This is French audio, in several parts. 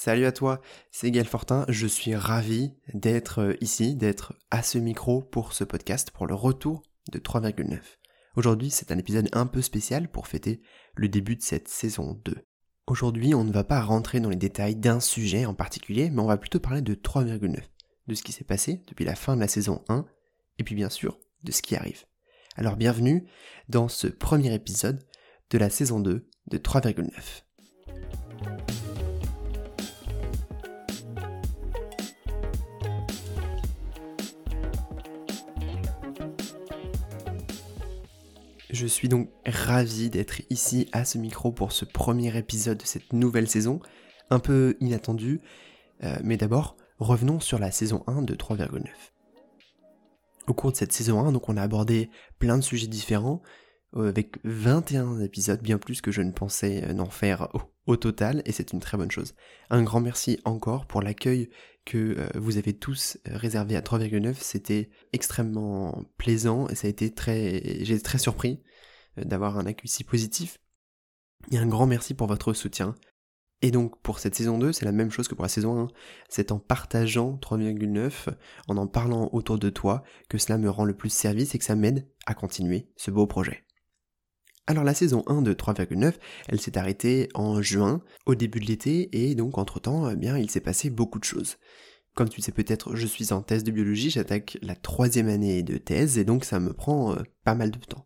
Salut à toi, c'est Gaël Fortin, je suis ravi d'être ici, d'être à ce micro pour ce podcast, pour le retour de 3,9. Aujourd'hui, c'est un épisode un peu spécial pour fêter le début de cette saison 2. Aujourd'hui, on ne va pas rentrer dans les détails d'un sujet en particulier, mais on va plutôt parler de 3,9, de ce qui s'est passé depuis la fin de la saison 1, et puis bien sûr, de ce qui arrive. Alors bienvenue dans ce premier épisode de la saison 2 de 3,9. Je suis donc ravi d'être ici à ce micro pour ce premier épisode de cette nouvelle saison, un peu inattendu, mais d'abord, revenons sur la saison 1 de 3,9. Au cours de cette saison 1, donc on a abordé plein de sujets différents, avec 21 épisodes, bien plus que je ne pensais n'en faire au total, et c'est une très bonne chose. Un grand merci encore pour l'accueil que vous avez tous réservé à 3,9, c'était extrêmement plaisant, et j'ai été très surpris d'avoir un accueil si positif, et un grand merci pour votre soutien. Et donc pour cette saison 2, c'est la même chose que pour la saison 1, c'est en partageant 3,9, en parlant autour de toi, que cela me rend le plus service et que ça m'aide à continuer ce beau projet. Alors la saison 1 de 3,9, elle s'est arrêtée en juin, au début de l'été, et donc entre-temps, il s'est passé beaucoup de choses. Comme tu le sais peut-être, je suis en thèse de biologie, j'attaque la 3e année de thèse, et donc ça me prend pas mal de temps.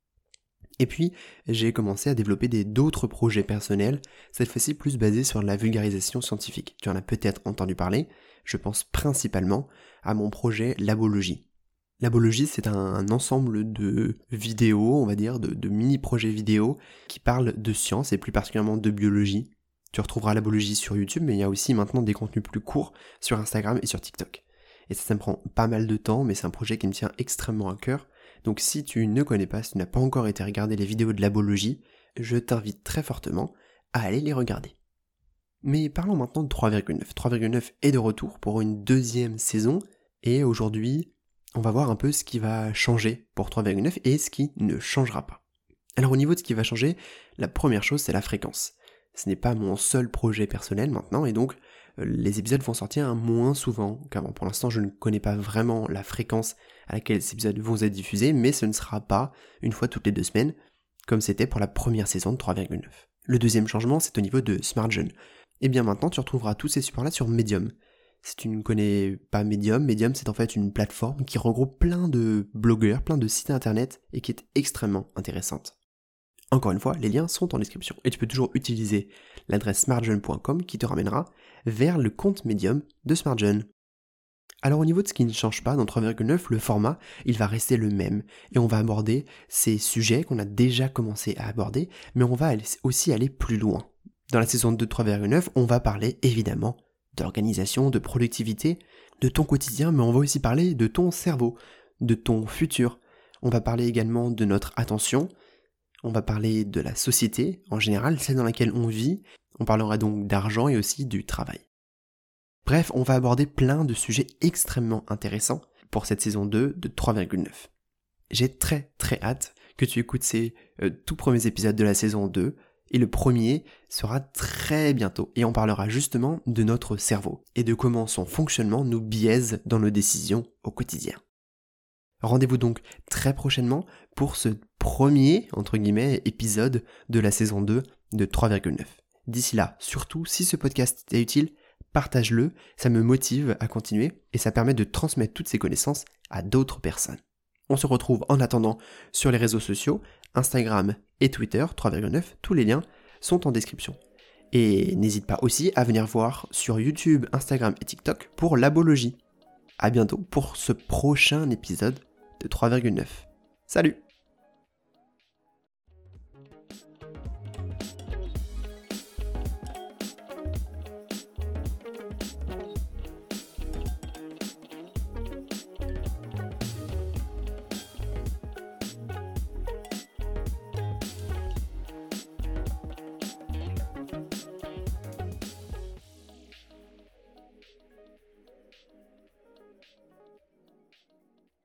Et puis, j'ai commencé à développer d'autres projets personnels, cette fois-ci plus basés sur la vulgarisation scientifique. Tu en as peut-être entendu parler, je pense principalement à mon projet Labologie. Labologie, c'est un ensemble de vidéos, on va dire, de mini-projets vidéo qui parlent de science et plus particulièrement de biologie. Tu retrouveras Labologie sur YouTube, mais il y a aussi maintenant des contenus plus courts sur Instagram et sur TikTok. Et ça me prend pas mal de temps, mais c'est un projet qui me tient extrêmement à cœur. Donc si tu ne connais pas, si tu n'as pas encore été regarder les vidéos de Labologie, je t'invite très fortement à aller les regarder. Mais parlons maintenant de 3,9. 3,9 est de retour pour une 2e saison, et aujourd'hui, on va voir un peu ce qui va changer pour 3,9 et ce qui ne changera pas. Alors au niveau de ce qui va changer, la première chose c'est la fréquence. Ce n'est pas mon seul projet personnel maintenant, et donc les épisodes vont sortir moins souvent qu'avant. Pour l'instant, je ne connais pas vraiment la fréquence à laquelle ces épisodes vont être diffusés, mais ce ne sera pas une fois toutes les 2 semaines, comme c'était pour la première saison de 3,9. Le deuxième changement, c'est au niveau de SmartJeune. Et bien maintenant, tu retrouveras tous ces supports-là sur Medium. Si tu ne connais pas Medium, c'est en fait une plateforme qui regroupe plein de blogueurs, plein de sites internet, et qui est extrêmement intéressante. Encore une fois, les liens sont en description, et tu peux toujours utiliser l'adresse smartjeune.com qui te ramènera vers le compte Medium de SmartJeune. Alors au niveau de ce qui ne change pas dans 3,9, le format, il va rester le même, et on va aborder ces sujets qu'on a déjà commencé à aborder, mais on va aussi aller plus loin. Dans la saison 2 de 3,9, on va parler évidemment d'organisation, de productivité, de ton quotidien, mais on va aussi parler de ton cerveau, de ton futur. On va parler également de notre attention, on va parler de la société en général, celle dans laquelle on vit, on parlera donc d'argent et aussi du travail. Bref, on va aborder plein de sujets extrêmement intéressants pour cette saison 2 de 3,9. J'ai très très hâte que tu écoutes ces tout premiers épisodes de la saison 2, et le premier sera très bientôt, et on parlera justement de notre cerveau, et de comment son fonctionnement nous biaise dans nos décisions au quotidien. Rendez-vous donc très prochainement pour ce premier, entre guillemets, épisode de la saison 2 de 3,9. D'ici là, surtout, si ce podcast t'est utile, partage-le, ça me motive à continuer et ça permet de transmettre toutes ces connaissances à d'autres personnes. On se retrouve en attendant sur les réseaux sociaux, Instagram et Twitter, 3,9, tous les liens sont en description. Et n'hésite pas aussi à venir voir sur YouTube, Instagram et TikTok pour Labologie. À bientôt pour ce prochain épisode de 3,9. Salut!